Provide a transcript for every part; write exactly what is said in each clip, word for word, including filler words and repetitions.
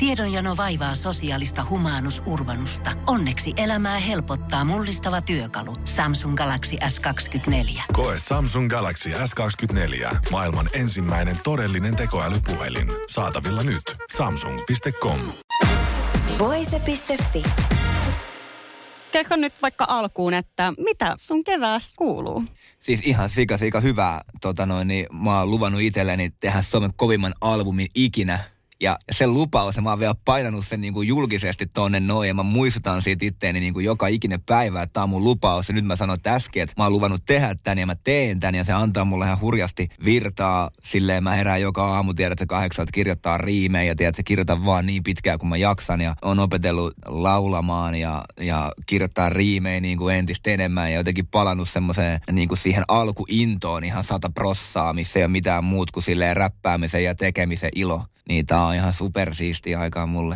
Tiedonjano vaivaa sosiaalista humanus urbanusta. Onneksi elämää helpottaa mullistava työkalu. Samsung Galaxy S kaksikymmentäneljä. Koe Samsung Galaxy S kaksikymmentäneljä. Maailman ensimmäinen todellinen tekoälypuhelin. Saatavilla nyt. Samsung piste com. Voise piste fi. Kerro nyt vaikka alkuun, että mitä sun keväässä kuuluu? Siis ihan sika, sika hyvää. Tota noin, niin mä oon luvannut itselleni tehdä Suomen kovimman albumin ikinä. Ja sen lupaus, ja mä oon vielä painanut sen niin kuin julkisesti tonne noin, ja mä muistutan siitä itteeni niin kuin joka ikinen päivä, että tää on mun lupaus. Ja nyt mä sanon äsken, että mä oon luvannut tehdä tän, ja mä teen tän, ja se antaa mulle ihan hurjasti virtaa. Silleen mä herään joka aamu, tiedät sä kahdeksalta kirjoittaa riimejä, ja tiedät sä kirjoitan vaan niin pitkään kuin mä jaksan, ja on opetellut laulamaan, ja, ja kirjoittaa riimejä niin kuin entistä enemmän, ja jotenkin palannut semmoiseen niin kuin siihen alkuintoon ihan sata prossaa, missä ei ole mitään muut kuin silleen räppäämisen ja tekemisen ilo. Niin tää on ihan supersiistiä aikaa mulle.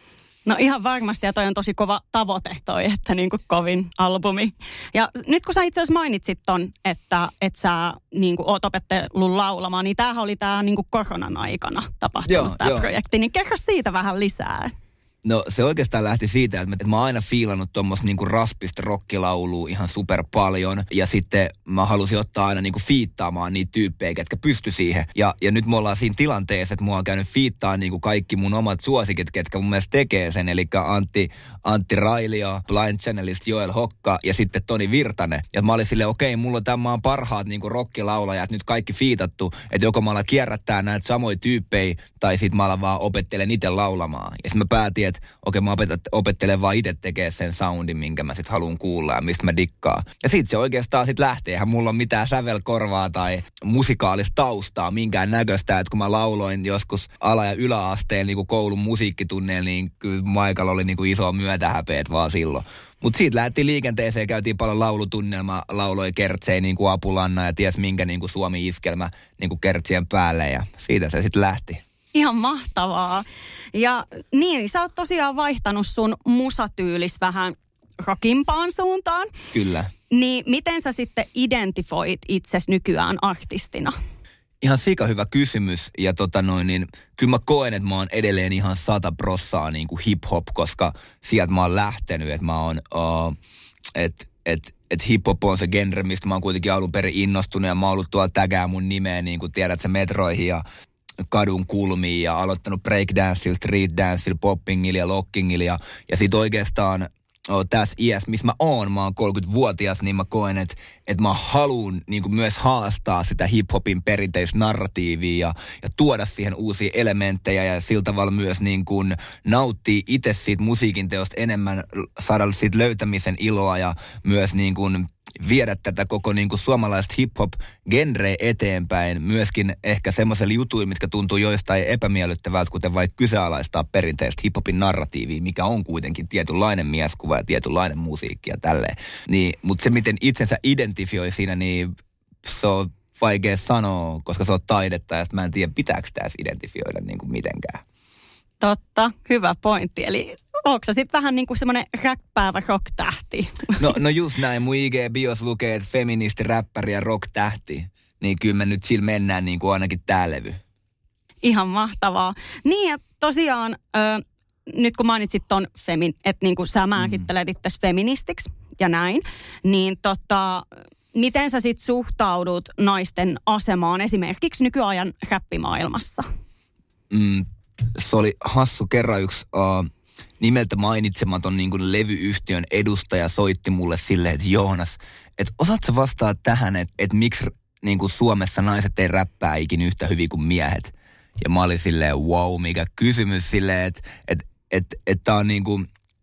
No ihan varmasti, ja toi on tosi kova tavoite toi, että niinku kovin albumi. Ja nyt kun sä itse asiassa mainitsit ton, että et sä niinku oot opettellut laulamaan, niin tämähän oli tää niinku koronan aikana tapahtunut tää projekti. Niin kerro siitä vähän lisää. No se oikeastaan lähti siitä, että mä oon aina fiilannut tuommoista niinku raspista rockilaulua ihan super paljon. Ja sitten mä halusin ottaa aina niinku fiittaamaan niitä tyyppejä, ketkä pysty siihen. Ja, ja nyt me ollaan siinä tilanteessa, että mua on käynyt fiittaa niinku kaikki mun omat suosikit, ketkä mun mielestä tekee sen. Eli Antti, Antti Railio, Blind Channelista Joel Hokka ja sitten Toni Virtanen. Ja mä olin silleen, okei, okay, mulla on tämän maan parhaat niinku rockilaulajat nyt kaikki fiitattu. Että joko mä alan kierrättää näitä samoja tyyppejä tai sit mä alan vaan opettelen itse laulamaan. Ja sitten mä päätin, että okei, mä opettelen vaan itse tekemään sen soundin, minkä mä sit haluan kuulla ja mistä mä dikkaan. Ja sit se oikeastaan sit lähtee. Eihän mulla ole mitään sävelkorvaa tai musikaalista taustaa minkään näköistä. Että kun mä lauloin joskus ala- ja yläasteen niin kuin koulun musiikkitunneilla, niin kyllä Maikalla oli niin kuin iso myötähäpeet vaan silloin. Mutta siitä lähdettiin liikenteeseen, käytiin paljon laulutunnelma, lauloi kertsejä niin kuin Apulanna ja ties minkä niin kuin Suomi-iskelmä niin kuin kertsien päälle ja siitä se sitten lähti. Ihan mahtavaa. Ja niin, sä oot tosiaan vaihtanut sun musatyylis vähän rockimpaan suuntaan. Kyllä. Niin miten sä sitten identifoit itses nykyään artistina? Ihan sika hyvä kysymys. Ja tota noin, niin kyllä mä koen, että mä oon edelleen ihan sata prossaa niin kuin hip-hop, koska sieltä mä oon lähtenyt, että mä oon, uh, että et, et hip-hop on se genre, mistä mä oon kuitenkin alun perin innostunut ja mä oon ollut tuolla tägää mun nimeä, niin kuin tiedät sä, metroihin ja kadun kulmiin ja aloittanut breakdanceilla, streetdanceilla, poppingilla ja lockingilla ja, ja sit oikeastaan oh, tässä iässä, missä mä oon, mä oon kolmekymmentävuotias, niin mä koen, että, että mä haluun niin kuin myös haastaa sitä hip-hopin perinteistä narratiivia ja, ja tuoda siihen uusia elementtejä ja sillä tavalla myös niin kuin nauttia itse siitä musiikin teosta enemmän, saada siitä löytämisen iloa ja myös niin kuin viedä tätä koko niin kuin suomalaista hip-hop-genreä eteenpäin. Myöskin ehkä semmoisella jutuilla, mitkä tuntuu joistain epämiellyttävältä, kuten vaikka kyseenalaistaa perinteistä hip-hopin narratiivia, mikä on kuitenkin tietynlainen mieskuva ja tietynlainen musiikki ja tälleen. Niin, mutta se, miten itsensä identifioi siinä, niin se on vaikea sanoa, koska se on taidetta ja mä en tiedä, pitääkö tässä identifioida niin kuin mitenkään. Totta, hyvä pointti. Eli onko sä sitten vähän niin kuin semmoinen räppäävä rock-tähti? No, no just näin. Mun I G-bios lukee, että feministi, räppäri ja rock-tähti. Niin kyllä me nyt sillä mennään niin kuin ainakin tää levy. Ihan mahtavaa. Niin ja tosiaan, ö, nyt kun mainitsit ton, femin, että niin kuin sä määrittelet mm. itses feministiksi ja näin, niin tota, miten sä sit suhtaudut naisten asemaan esimerkiksi nykyajan räppimaailmassa? Mm. Se oli hassu kerran yksi uh, nimeltä mainitsematon niin kuin levyyhtiön edustaja soitti mulle silleen, että Joonas, että osaat sä vastaa tähän, että, että miksi niin kuin Suomessa naiset ei räppää ikin yhtä hyvin kuin miehet? Ja mä olin silleen, wow, mikä kysymys silleen, että että että, että tää on niin kuin,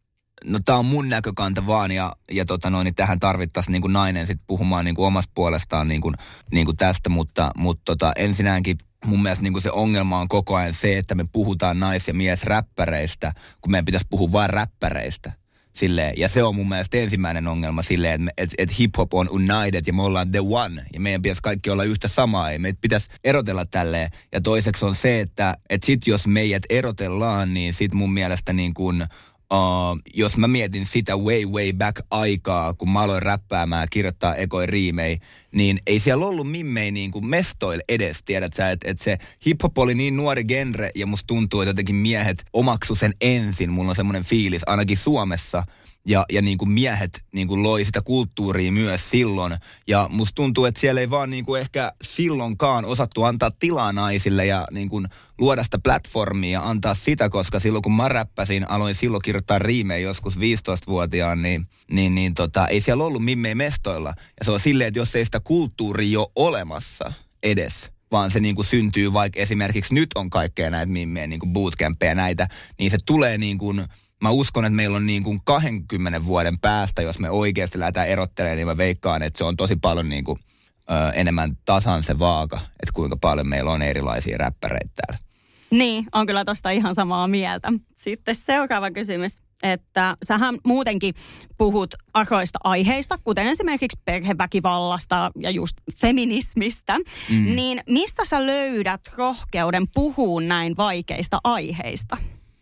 no tää on mun näkökanta vaan ja, ja tota noin, niin tähän tarvittaisiin niin kuin nainen sit puhumaan niin kuin omasta puolestaan niin kuin, niin kuin tästä, mutta, mutta tota, ensinnäkin mun mielestä niin kuin se ongelma on koko ajan se, että me puhutaan nais- ja miesräppäreistä, kun meidän pitäisi puhua vain räppäreistä. Silleen. Ja se on mun mielestä ensimmäinen ongelma silleen, että et, et hip-hop on united ja me ollaan the one. Ja meidän pitäisi kaikki olla yhtä samaa ja meitä pitäisi erotella tälleen. Ja toiseksi on se, että et sit jos meidät erotellaan, niin sit mun mielestä niin kuin Uh, jos mä mietin sitä way way back aikaa, kun mä aloin räppäämään ja kirjoittaa ekoi riimei, niin ei siellä ollut mimmei niin kuin mestoille edes, tiedät sä, että et se hip-hop oli niin nuori genre ja musta tuntuu, että jotenkin miehet omaksu sen ensin. Mulla on semmoinen fiilis, ainakin Suomessa, ja, ja niin kuin miehet niin kuin loi sitä kulttuuria myös silloin. Ja musta tuntuu, että siellä ei vaan niin kuin ehkä silloinkaan osattu antaa tilaa naisille ja niin kuin luoda sitä platformia ja antaa sitä, koska silloin kun mä räppäsin, aloin silloin kirjoittaa riimejä joskus viisitoistavuotiaan, niin, niin, niin tota, ei siellä ollut mimmei mestoilla. Ja se on silleen, että jos ei sitä kulttuuria ole olemassa edes, vaan se niin kuin syntyy, vaikka esimerkiksi nyt on kaikkea näitä mimmejä, niin kuin bootcampeja näitä, niin se tulee niin kuin, mä uskon, että meillä on niin kuin kahdenkymmenen vuoden päästä, jos me oikeasti lähdetään erottelemaan, niin mä veikkaan, että se on tosi paljon niin kuin, ö, enemmän tasan se vaaka, että kuinka paljon meillä on erilaisia räppäreitä täällä. Niin, on kyllä tosta ihan samaa mieltä. Sitten seuraava kysymys, että sähän muutenkin puhut aroista aiheista, kuten esimerkiksi perheväkivallasta ja just feminismistä, mm. niin mistä sä löydät rohkeuden puhua näin vaikeista aiheista?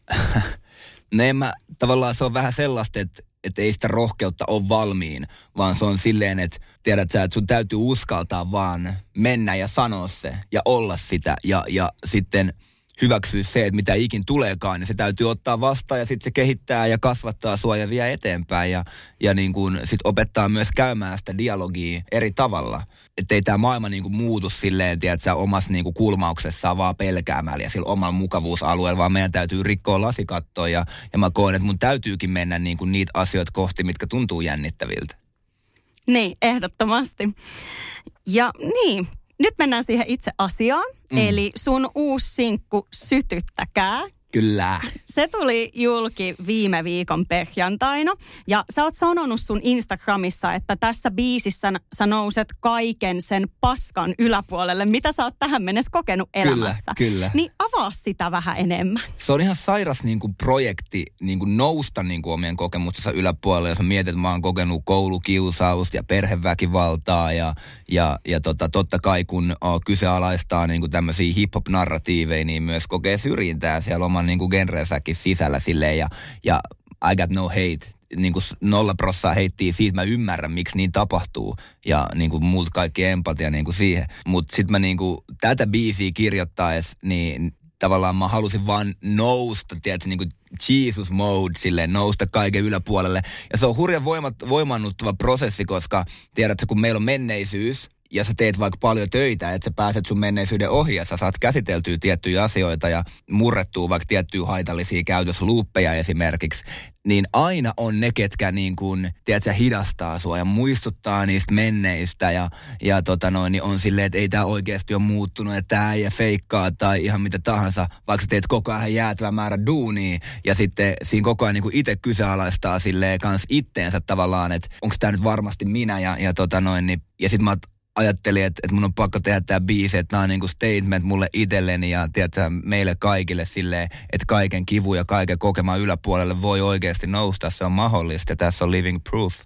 No en mä, tavallaan se on vähän sellaista, että, että ei sitä rohkeutta ole valmiin, vaan se on silleen, että tiedät sä, että sun täytyy uskaltaa vaan mennä ja sanoa se ja olla sitä ja, ja sitten hyväksyä se, että mitä ikin tuleekaan, niin se täytyy ottaa vastaan ja sitten se kehittää ja kasvattaa sua ja vie eteenpäin ja, ja niin kuin sit opettaa myös käymään sitä dialogia eri tavalla. Että ei tämä maailma niin kuin muutu silleen, tiedät sä, omassa niin kuin kulmauksessaan vaan pelkäämällä ja sillä omalla mukavuusalueella, vaan meidän täytyy rikkoa lasikattoa ja, ja mä koen, että mun täytyykin mennä niin kuin niitä asioita kohti, mitkä tuntuu jännittäviltä. Niin, ehdottomasti. Ja niin, nyt mennään siihen itse asiaan. Mm. Eli sun uusi sinkku Sytyttäkää. Kyllä. Se tuli julki viime viikon perjantaina. Ja sä oot sanonut sun Instagramissa, että tässä biisissä sä nouset kaiken sen paskan yläpuolelle. Mitä sä oot tähän mennessä kokenut elämässä? Kyllä, kyllä. Niin avaa sitä vähän enemmän. Se on ihan sairas niin kuin projekti niin kuin nousta niin kuin omien kokemustensa yläpuolelle. Jos mä mietin, että mä oon kokenut koulukiusausta ja perheväkivaltaa ja, ja, ja tota, totta kai kun o, kyseenalaistaa niin kuin tämmöisiä hip-hop-narratiiveja, niin myös kokee syrjintää siellä oman niin kuin genrensäkin sisällä silleen ja, ja I got no hate. Niin kuin nolla prossaa heittiä siitä, mä ymmärrän, miksi niin tapahtuu. Ja niin kuin multa kaikki empatia niin kuin siihen. Mutta sitten mä niin kuin tätä biisiä kirjoittaessa, niin tavallaan mä halusin vaan nousta, tiedätkö, niin kuin Jesus mode, silleen nousta kaiken yläpuolelle. Ja se on hurjan voimat, voimannuttava prosessi, koska tiedätkö, kun meillä on menneisyys, ja sä teet vaikka paljon töitä, että sä pääset sun menneisyyden ohi ja sä saat käsiteltyä tiettyjä asioita ja murrettua vaikka tiettyjä haitallisia käytösluuppeja esimerkiksi, niin aina on ne, ketkä niin kuin, tiedät sä, hidastaa sua ja muistuttaa niistä menneistä ja, ja tota noin, niin on silleen, että ei tää oikeasti ole muuttunut, että tää ei feikkaa tai ihan mitä tahansa, vaikka sä teet koko ajan jäätävä määrä duunia ja sitten siinä koko ajan niin kuin itse kyseenalaistaa silleen kans itteensä tavallaan, että onko tää nyt varmasti minä ja, ja tota noin, niin, ja sit mä ajattelin, että, että mun on pakko tehdä tää biisi, että tää on niinku statement mulle itselleni ja tiedätkö, meille kaikille silleen, että kaiken kivu ja kaiken kokema yläpuolelle voi oikeasti nousta. Se on mahdollista ja tässä on living proof.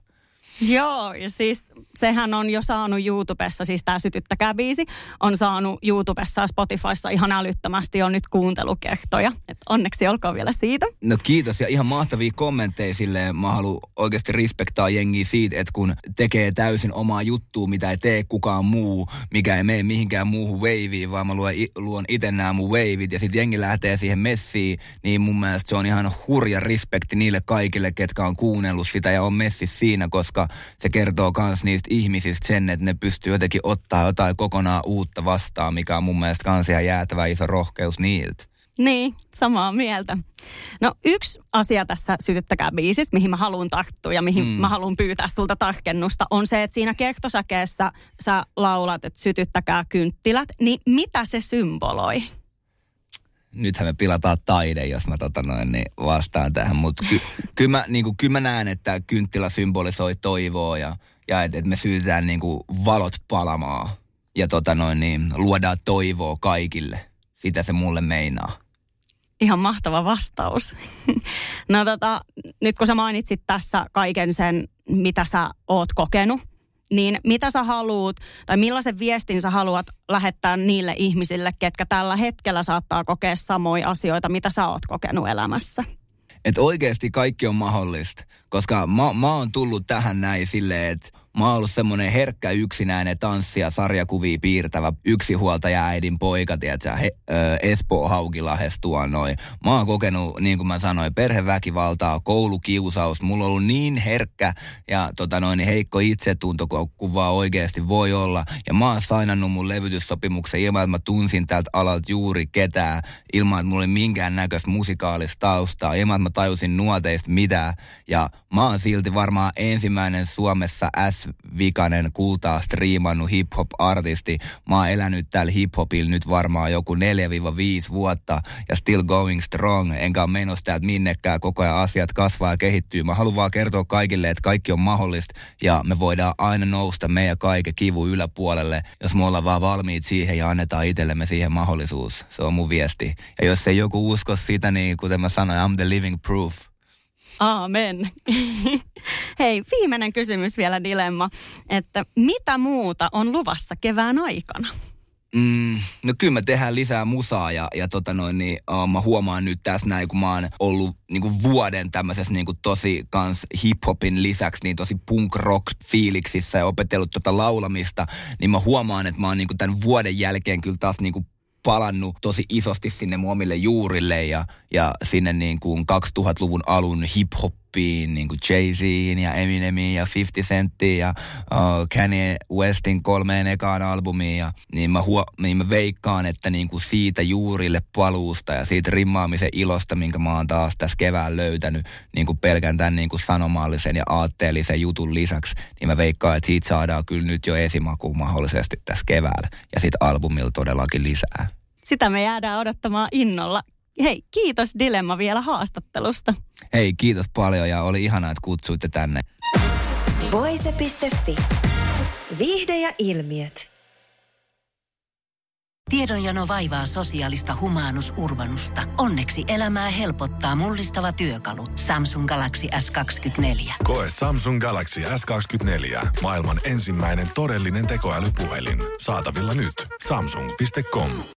Joo, ja siis sehän on jo saanut YouTubessa, siis tää Sytyttäkää-biisi, on saanut YouTubessa ja Spotifyssa ihan älyttömästi on nyt kuuntelukertoja. Et onneksi olkoon vielä siitä. No kiitos ja ihan mahtavia kommentteja silleen. Mä haluan oikeasti respektaa jengiä siitä, että kun tekee täysin omaa juttua, mitä ei tee kukaan muu, mikä ei mene mihinkään muuhun waveen, vaan mä luon, luon itse nämä mun wavit ja sit jengi lähtee siihen messiin, niin mun mielestä se on ihan hurja respekti niille kaikille, ketkä on kuunnellut sitä ja on messissä siinä, koska se kertoo kans niistä ihmisistä sen, että ne pystyy jotenkin ottaa jotain kokonaan uutta vastaan, mikä on mun mielestä kans ihan jäätävä iso rohkeus niiltä. Niin, samaa mieltä. No yksi asia tässä Sytyttäkää-biisissä, mihin mä haluan tarttua ja mihin mm. mä haluan pyytää sulta tarkennusta, on se, että siinä kertosäkeessä sä laulat, että sytyttäkää kynttilät, niin mitä se symboloi? Nythän me pilataan taide, jos mä tota noin, niin vastaan tähän, mutta ky, kyllä mä, niin ky mä näen, että kynttilä symbolisoi toivoa ja, ja että et me sytytään niin kuin valot palamaan ja tota noin, niin luodaan toivoa kaikille. Sitä se mulle meinaa. Ihan mahtava vastaus. No tota, nyt kun sä mainitsit tässä kaiken sen, mitä sä oot kokenut, niin mitä sä haluut, tai millaisen viestin sä haluat lähettää niille ihmisille, ketkä tällä hetkellä saattaa kokea samoja asioita, mitä sä oot kokenut elämässä? että oikeasti kaikki on mahdollista. Koska mä, mä oon tullut tähän näin silleen, että mä oon ollut semmoinen herkkä yksinäinen tanssia, sarjakuvia piirtävä yksihuoltaja äidin poika, tiedätkö, he, ö, Espoo Haukilahdes tuo noin. Mä oon kokenut, niin kuin mä sanoin, perheväkivaltaa, koulukiusausta. Mulla on ollut niin herkkä ja tota noin, heikko itsetunto, kun vaan oikeasti voi olla. Ja mä oon sainannut mun levytyssopimuksen ilman, että mä tunsin tältä alalta juuri ketään, ilman, että mulla oli minkään näköistä musikaalista taustaa, ilman, että mä tajusin nuoteista mitään. Ja mä oon silti varmaan ensimmäinen Suomessa S-vikainen kultaa striimannut hip-hop-artisti. Mä oon elänyt täällä hip-hopilla nyt varmaan joku neljä viisi vuotta ja still going strong. Enkä ole menossa täältä minnekään, koko ajan asiat kasvaa ja kehittyy. Mä haluan vaan kertoa kaikille, että kaikki on mahdollista ja me voidaan aina nousta meidän kaiken kivun yläpuolelle, jos me ollaan vaan valmiit siihen ja annetaan itsellemme siihen mahdollisuus. Se on mun viesti. Ja jos ei joku usko sitä, niin kuten mä sanoin, I'm the living proof. Aamen. Hei, viimeinen kysymys vielä, Dilemma, että mitä muuta on luvassa kevään aikana? Mm, no kyllä me tehdään lisää musaa ja, ja tota noin, niin, uh, mä huomaan nyt tässä näin, kun mä oon ollut niin kuin vuoden tämmöisessä niin kuin tosi kans hip-hopin lisäksi niin tosi punk-rock-fiiliksissä ja opetellut tota laulamista, niin mä huomaan, että mä oon niin kuin tämän vuoden jälkeen kyllä taas niin kuin palannut tosi isosti sinne mun omille juurille ja, ja sinne niin kuin kaksituhattaluvun alun hip-hoppiin, niin kuin Jay-Zin ja Eminemiin ja fifty Centtiin ja uh, Kanye Westin kolmeen ekaan albumiin. Ja, niin, mä huo, niin mä veikkaan, että niin kuin siitä juurille paluusta ja siitä rimmaamisen ilosta, minkä mä oon taas tässä kevään löytänyt niin kuin pelkän tämän niin kuin sanomallisen ja aatteellisen jutun lisäksi, niin mä veikkaan, että siitä saadaan kyllä nyt jo esimaku mahdollisesti tässä keväällä ja sit albumilla todellakin lisää. Sitä me jäädään odottamaan innolla. Hei, kiitos Dilemma vielä haastattelusta. Hei, kiitos paljon ja oli ihanaa, että kutsuitte tänne. Voise piste fi. Viihde ja ilmiöt. Tiedonjano vaivaa sosiaalista humanus urbanusta. Onneksi elämää helpottaa mullistava työkalu. Samsung Galaxy S kaksikymmentäneljä. Koe Samsung Galaxy S kaksikymmentäneljä. Maailman ensimmäinen todellinen tekoälypuhelin. Saatavilla nyt. Samsung piste com.